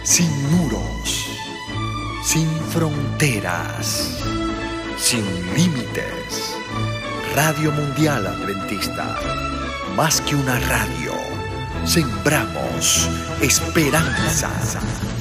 sin muros, sin fronteras, sin límites. Radio Mundial Adventista, más que una radio, sembramos esperanza.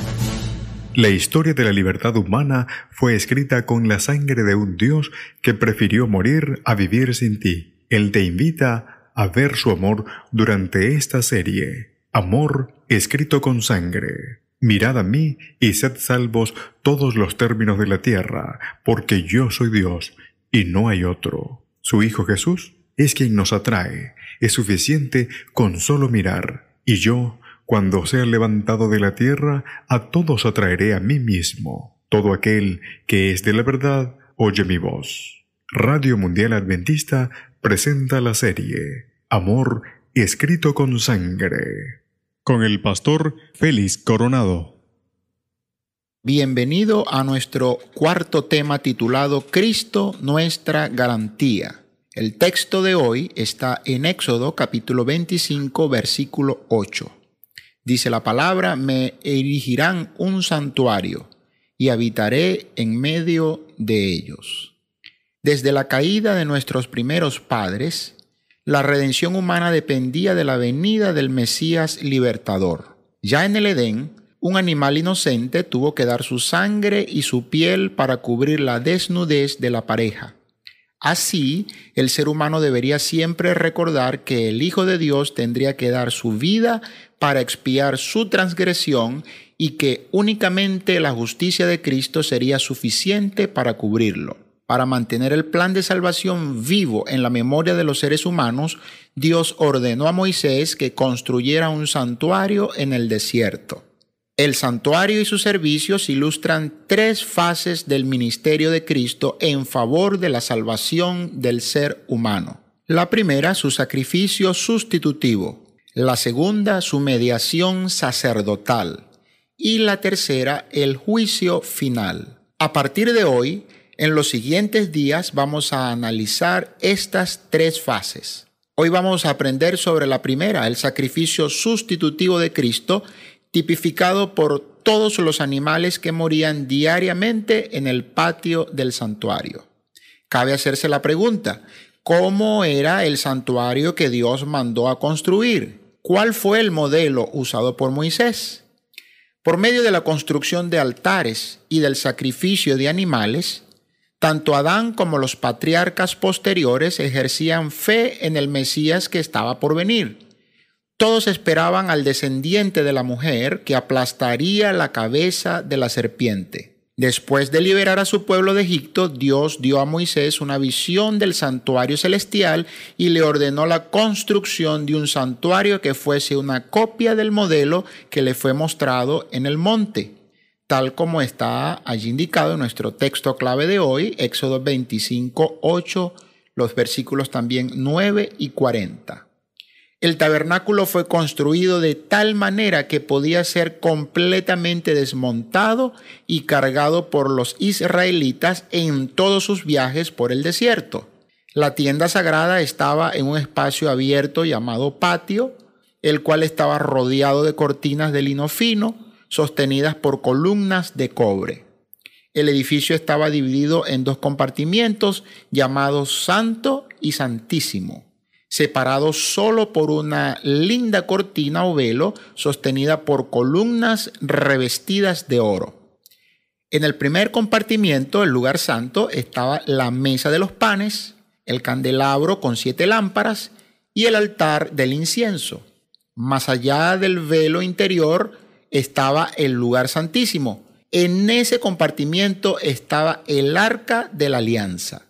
La historia de la libertad humana fue escrita con la sangre de un Dios que prefirió morir a vivir sin ti. Él te invita a ver su amor durante esta serie. Amor escrito con sangre. Mirad a mí y sed salvos todos los términos de la tierra, porque yo soy Dios y no hay otro. Su Hijo Jesús es quien nos atrae. Es suficiente con solo mirar. Y yo, cuando sea levantado de la tierra, a todos atraeré a mí mismo. Todo aquel que es de la verdad, oye mi voz. Radio Mundial Adventista presenta la serie Amor escrito con sangre, con el pastor Félix Coronado. Bienvenido a nuestro cuarto tema titulado Cristo, nuestra garantía. El texto de hoy está en Éxodo capítulo 25, versículo 8. Dice la palabra: me erigirán un santuario y habitaré en medio de ellos. Desde la caída de nuestros primeros padres, la redención humana dependía de la venida del Mesías libertador. Ya en el Edén, un animal inocente tuvo que dar su sangre y su piel para cubrir la desnudez de la pareja. Así, el ser humano debería siempre recordar que el Hijo de Dios tendría que dar su vida para expiar su transgresión y que únicamente la justicia de Cristo sería suficiente para cubrirlo. Para mantener el plan de salvación vivo en la memoria de los seres humanos, Dios ordenó a Moisés que construyera un santuario en el desierto. El santuario y sus servicios ilustran tres fases del ministerio de Cristo en favor de la salvación del ser humano. La primera, su sacrificio sustitutivo. La segunda, su mediación sacerdotal. Y la tercera, el juicio final. A partir de hoy, en los siguientes días vamos a analizar estas tres fases. Hoy vamos a aprender sobre la primera, el sacrificio sustitutivo de Cristo, tipificado por todos los animales que morían diariamente en el patio del santuario. Cabe hacerse la pregunta: ¿cómo era el santuario que Dios mandó a construir? ¿Cuál fue el modelo usado por Moisés? Por medio de la construcción de altares y del sacrificio de animales, tanto Adán como los patriarcas posteriores ejercían fe en el Mesías que estaba por venir. Todos esperaban al descendiente de la mujer que aplastaría la cabeza de la serpiente. Después de liberar a su pueblo de Egipto, Dios dio a Moisés una visión del santuario celestial y le ordenó la construcción de un santuario que fuese una copia del modelo que le fue mostrado en el monte, tal como está allí indicado en nuestro texto clave de hoy, Éxodo 25, 8, los versículos también 9 y 40. El tabernáculo fue construido de tal manera que podía ser completamente desmontado y cargado por los israelitas en todos sus viajes por el desierto. La tienda sagrada estaba en un espacio abierto llamado patio, el cual estaba rodeado de cortinas de lino fino, sostenidas por columnas de cobre. El edificio estaba dividido en dos compartimientos llamados Santo y Santísimo, separados solo por una linda cortina o velo sostenida por columnas revestidas de oro. En el primer compartimiento, el lugar santo, estaba la mesa de los panes, el candelabro con 7 lámparas y el altar del incienso. Más allá del velo interior estaba el lugar santísimo. En ese compartimiento estaba el arca de la alianza.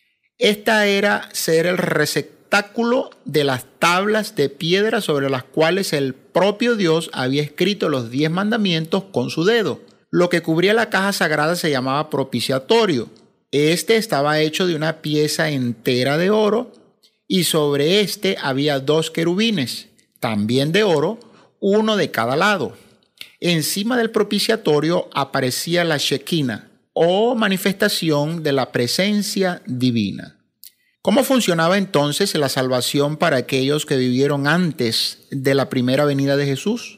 Esta era ser el receptáculo de las tablas de piedra sobre las cuales el propio Dios había escrito los 10 mandamientos con su dedo. Lo que cubría la caja sagrada se llamaba propiciatorio. Este estaba hecho de una pieza entera de oro y sobre este había 2 querubines, también de oro, uno de cada lado. Encima del propiciatorio aparecía la Shekinah, o manifestación de la presencia divina. ¿Cómo funcionaba entonces la salvación para aquellos que vivieron antes de la primera venida de Jesús?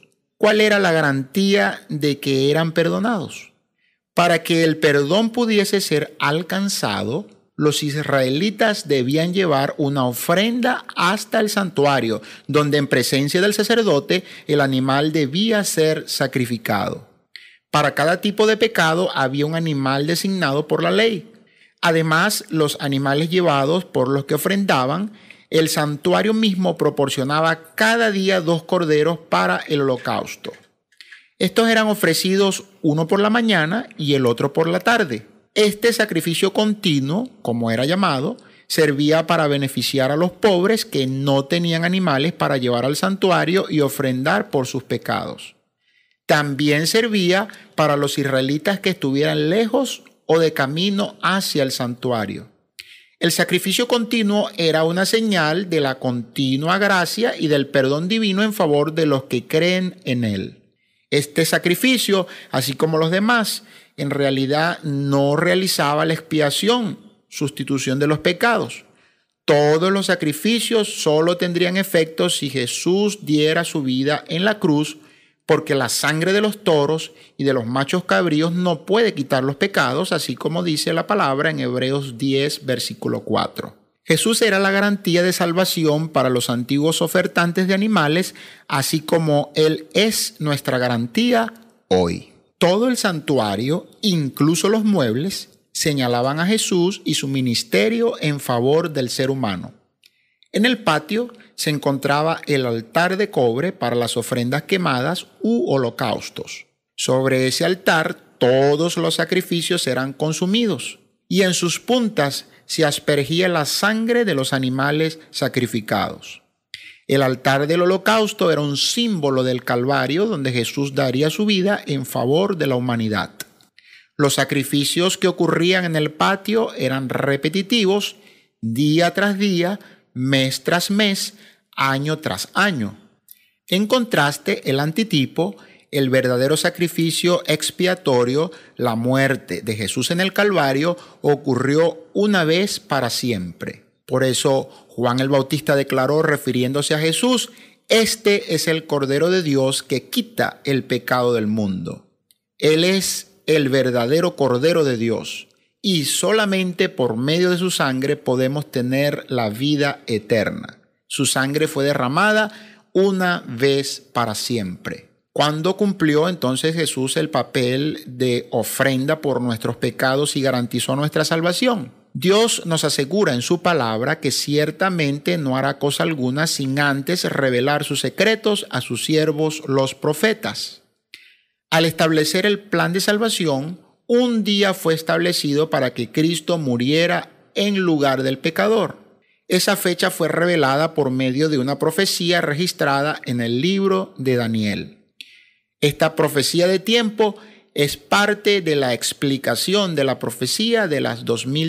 ¿Cuál era la garantía de que eran perdonados? Para que el perdón pudiese ser alcanzado, los israelitas debían llevar una ofrenda hasta el santuario, donde en presencia del sacerdote el animal debía ser sacrificado. Para cada tipo de pecado había un animal designado por la ley. Además, los animales llevados por los que ofrendaban, el santuario mismo proporcionaba cada día 2 corderos para el holocausto. Estos eran ofrecidos uno por la mañana y el otro por la tarde. Este sacrificio continuo, como era llamado, servía para beneficiar a los pobres que no tenían animales para llevar al santuario y ofrendar por sus pecados. También servía para los israelitas que estuvieran lejos o de camino hacia el santuario. El sacrificio continuo era una señal de la continua gracia y del perdón divino en favor de los que creen en él. Este sacrificio, así como los demás, en realidad no realizaba la expiación, sustitución de los pecados. Todos los sacrificios solo tendrían efecto si Jesús diera su vida en la cruz, porque la sangre de los toros y de los machos cabríos no puede quitar los pecados, así como dice la palabra en Hebreos 10, versículo 4. Jesús era la garantía de salvación para los antiguos ofertantes de animales, así como Él es nuestra garantía hoy. Todo el santuario, incluso los muebles, señalaban a Jesús y su ministerio en favor del ser humano. En el patio se encontraba el altar de cobre para las ofrendas quemadas u holocaustos. Sobre ese altar todos los sacrificios eran consumidos y en sus puntas se aspergía la sangre de los animales sacrificados. El altar del holocausto era un símbolo del Calvario donde Jesús daría su vida en favor de la humanidad. Los sacrificios que ocurrían en el patio eran repetitivos, día tras día, mes tras mes, año tras año. En contraste, el antitipo, el verdadero sacrificio expiatorio, la muerte de Jesús en el Calvario, ocurrió una vez para siempre. Por eso Juan el Bautista declaró, refiriéndose a Jesús, «Este es el Cordero de Dios que quita el pecado del mundo». Él es el verdadero Cordero de Dios y solamente por medio de su sangre podemos tener la vida eterna. Su sangre fue derramada una vez para siempre. Cuando cumplió entonces Jesús el papel de ofrenda por nuestros pecados y garantizó nuestra salvación. Dios nos asegura en su palabra que ciertamente no hará cosa alguna sin antes revelar sus secretos a sus siervos los profetas. Al establecer el plan de salvación, un día fue establecido para que Cristo muriera en lugar del pecador. Esa fecha fue revelada por medio de una profecía registrada en el libro de Daniel. Esta profecía de tiempo es parte de la explicación de la profecía de las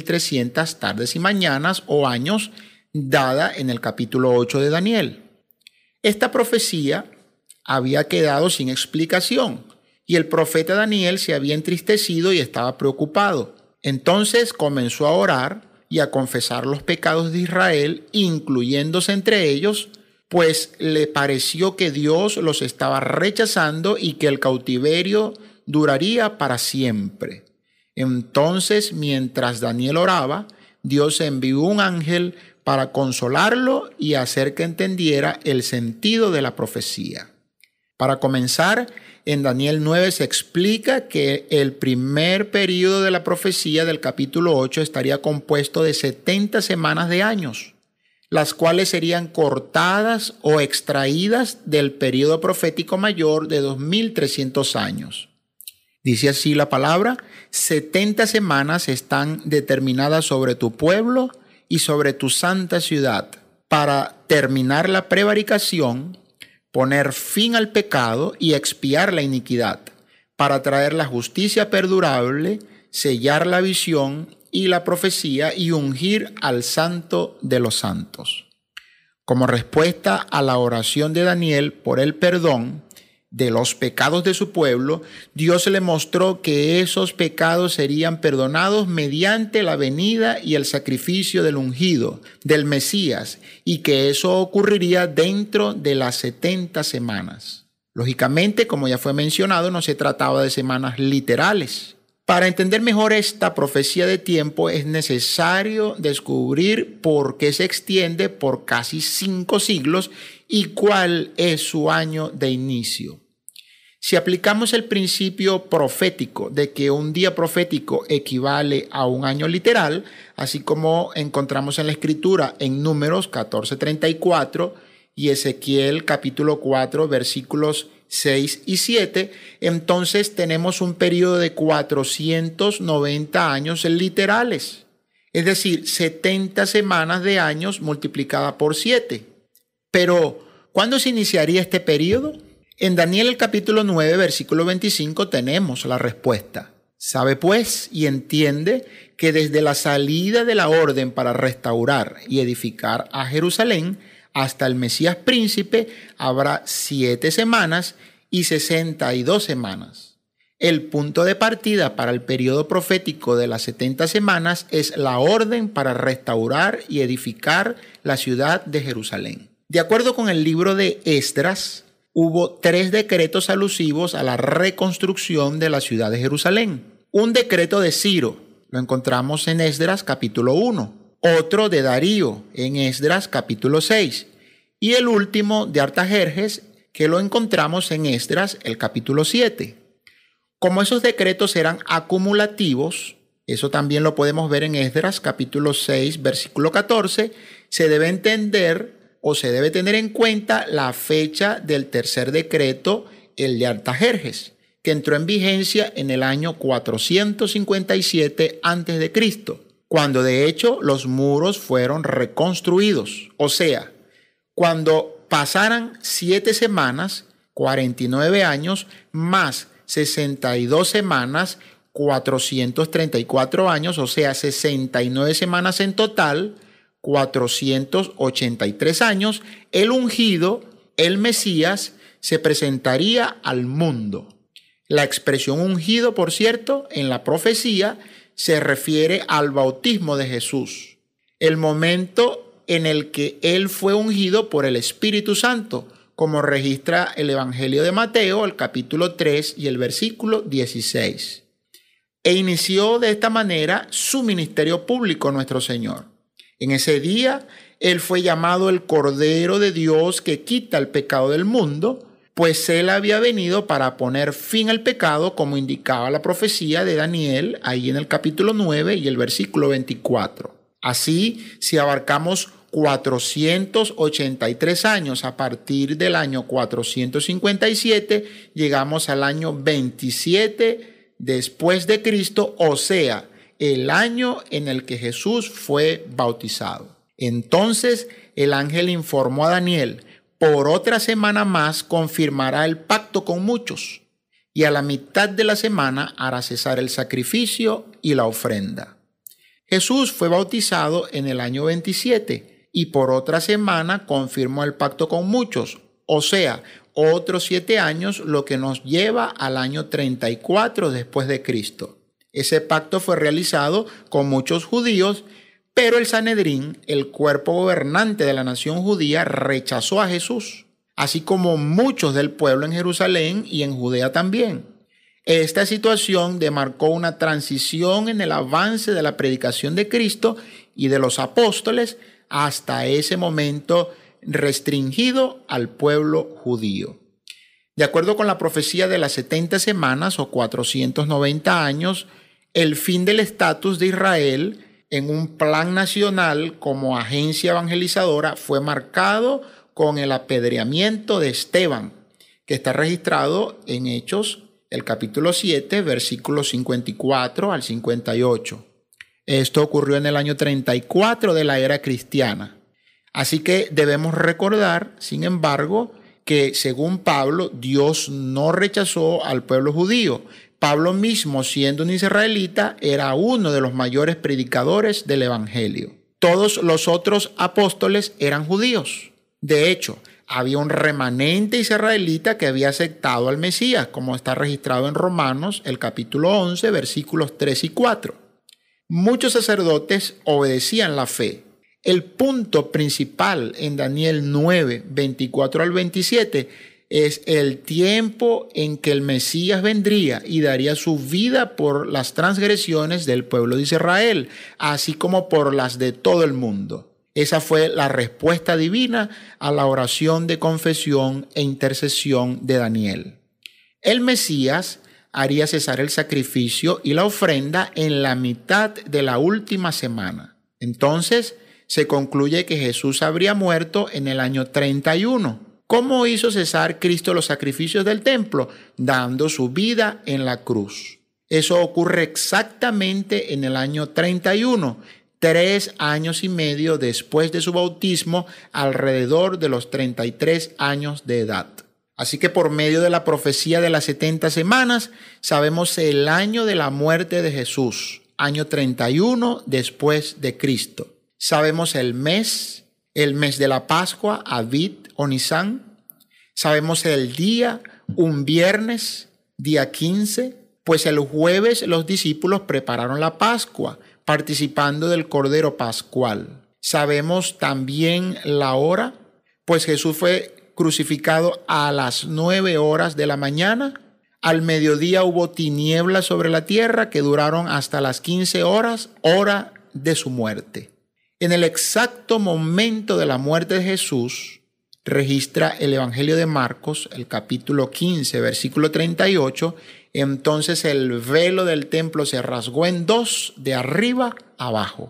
2300 tardes y mañanas o años dada en el capítulo 8 de Daniel. Esta profecía había quedado sin explicación y el profeta Daniel se había entristecido y estaba preocupado. Entonces comenzó a orar y a confesar los pecados de Israel, incluyéndose entre ellos, pues le pareció que Dios los estaba rechazando y que el cautiverio duraría para siempre. Entonces, mientras Daniel oraba, Dios envió un ángel para consolarlo y hacer que entendiera el sentido de la profecía. Para comenzar, en Daniel 9 se explica que el primer período de la profecía del capítulo 8 estaría compuesto de 70 semanas de años, las cuales serían cortadas o extraídas del período profético mayor de 2300 años. Dice así la palabra: 70 semanas están determinadas sobre tu pueblo y sobre tu santa ciudad, para terminar la prevaricación, poner fin al pecado y expiar la iniquidad, para traer la justicia perdurable, sellar la visión y la profecía y ungir al Santo de los Santos. Como respuesta a la oración de Daniel por el perdón de los pecados de su pueblo, Dios le mostró que esos pecados serían perdonados mediante la venida y el sacrificio del ungido, del Mesías, y que eso ocurriría dentro de las 70 semanas. Lógicamente, como ya fue mencionado, no se trataba de semanas literales. Para entender mejor esta profecía de tiempo es necesario descubrir por qué se extiende por casi 5 siglos y cuál es su año de inicio. Si aplicamos el principio profético de que un día profético equivale a un año literal, así como encontramos en la Escritura en Números 14:34 y Ezequiel capítulo 4 versículos 6 y 7, entonces tenemos un periodo de 490 años literales, es decir, 70 semanas de años multiplicada por 7. Pero, ¿cuándo se iniciaría este periodo? En Daniel el capítulo 9, versículo 25 tenemos la respuesta. Sabe pues y entiende que desde la salida de la orden para restaurar y edificar a Jerusalén hasta el Mesías príncipe habrá 7 semanas y 62 semanas. El punto de partida para el periodo profético de las 70 semanas es la orden para restaurar y edificar la ciudad de Jerusalén. De acuerdo con el libro de Esdras, hubo 3 decretos alusivos a la reconstrucción de la ciudad de Jerusalén. Un decreto de Ciro, lo encontramos en Esdras capítulo 1. Otro de Darío, en Esdras capítulo 6. Y el último de Artajerjes, que lo encontramos en Esdras el capítulo 7. Como esos decretos eran acumulativos, eso también lo podemos ver en Esdras capítulo 6, versículo 14, se debe entender o se debe tener en cuenta la fecha del tercer decreto, el de Artajerjes, que entró en vigencia en el año 457 a.C., cuando de hecho los muros fueron reconstruidos. O sea, cuando pasaran 7 semanas, 49 años, más 62 semanas, 434 años, o sea, 69 semanas en total, 483 años, el ungido, el Mesías, se presentaría al mundo. La expresión ungido, por cierto, en la profecía se refiere al bautismo de Jesús, el momento en el que él fue ungido por el Espíritu Santo, como registra el Evangelio de Mateo, el capítulo 3 y el versículo 16. E inició de esta manera su ministerio público nuestro Señor. En ese día, él fue llamado el Cordero de Dios que quita el pecado del mundo, pues él había venido para poner fin al pecado, como indicaba la profecía de Daniel, ahí en el capítulo 9 y el versículo 24. Así, si abarcamos 483 años a partir del año 457, llegamos al año 27 después de Cristo, o sea, el año en el que Jesús fue bautizado. Entonces el ángel informó a Daniel: por otra semana más confirmará el pacto con muchos, y a la mitad de la semana hará cesar el sacrificio y la ofrenda. Jesús fue bautizado en el año 27 y por otra semana confirmó el pacto con muchos, o sea, otros 7 años, lo que nos lleva al año 34 después de Cristo. Ese pacto fue realizado con muchos judíos, pero el Sanedrín, el cuerpo gobernante de la nación judía, rechazó a Jesús, así como muchos del pueblo en Jerusalén y en Judea también. Esta situación demarcó una transición en el avance de la predicación de Cristo y de los apóstoles, hasta ese momento restringido al pueblo judío. De acuerdo con la profecía de las 70 semanas o 490 años, el fin del estatus de Israel en un plan nacional como agencia evangelizadora fue marcado con el apedreamiento de Esteban, que está registrado en Hechos, el capítulo 7, versículos 54 al 58. Esto ocurrió en el año 34 de la era cristiana. Así que debemos recordar, sin embargo, que según Pablo, Dios no rechazó al pueblo judío. Pablo mismo, siendo un israelita, era uno de los mayores predicadores del Evangelio. Todos los otros apóstoles eran judíos. De hecho, había un remanente israelita que había aceptado al Mesías, como está registrado en Romanos, el capítulo 11, versículos 3 y 4. Muchos sacerdotes obedecían la fe. El punto principal en Daniel 9, 24 al 27 es el tiempo en que el Mesías vendría y daría su vida por las transgresiones del pueblo de Israel, así como por las de todo el mundo. Esa fue la respuesta divina a la oración de confesión e intercesión de Daniel. El Mesías haría cesar el sacrificio y la ofrenda en la mitad de la última semana. Entonces se concluye que Jesús habría muerto en el año 31. ¿Cómo hizo cesar Cristo los sacrificios del templo? Dando su vida en la cruz. Eso ocurre exactamente en el año 31, 3 años y medio después de su bautismo, alrededor de los 33 años de edad. Así que por medio de la profecía de las 70 semanas, sabemos el año de la muerte de Jesús, año 31 después de Cristo. Sabemos el mes de la Pascua, Aviv o Nisán. Sabemos el día, un viernes, día 15, pues el jueves los discípulos prepararon la Pascua, participando del Cordero Pascual. Sabemos también la hora, pues Jesús fue crucificado a las 9 horas de la mañana. Al mediodía hubo tinieblas sobre la tierra que duraron hasta las 15 horas, hora de su muerte. En el exacto momento de la muerte de Jesús, registra el Evangelio de Marcos, el capítulo 15, versículo 38, entonces el velo del templo se rasgó en dos, de arriba a abajo.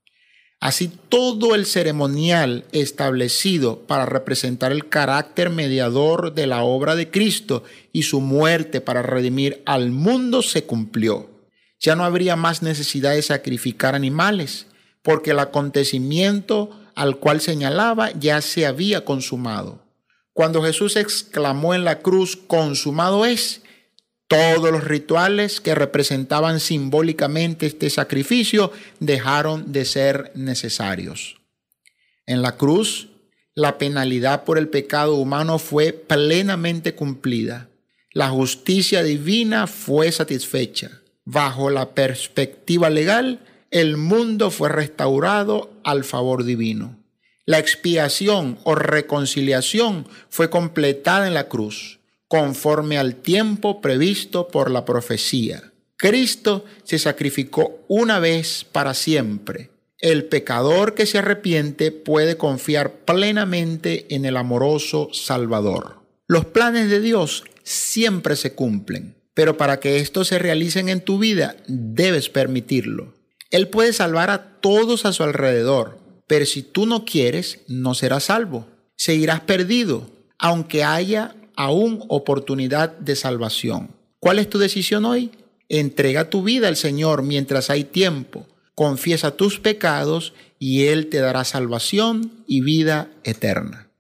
Así todo el ceremonial establecido para representar el carácter mediador de la obra de Cristo y su muerte para redimir al mundo se cumplió. Ya no habría más necesidad de sacrificar animales, porque el acontecimiento al cual señalaba ya se había consumado. Cuando Jesús exclamó en la cruz, consumado es, todos los rituales que representaban simbólicamente este sacrificio dejaron de ser necesarios. En la cruz, la penalidad por el pecado humano fue plenamente cumplida. La justicia divina fue satisfecha. Bajo la perspectiva legal, el mundo fue restaurado al favor divino. La expiación o reconciliación fue completada en la cruz, conforme al tiempo previsto por la profecía. Cristo se sacrificó una vez para siempre. El pecador que se arrepiente puede confiar plenamente en el amoroso Salvador. Los planes de Dios siempre se cumplen, pero para que estos se realicen en tu vida, debes permitirlo. Él puede salvar a todos a su alrededor, pero si tú no quieres, no serás salvo. Seguirás perdido, aunque haya aún oportunidad de salvación. ¿Cuál es tu decisión hoy? Entrega tu vida al Señor mientras hay tiempo. Confiesa tus pecados y Él te dará salvación y vida eterna.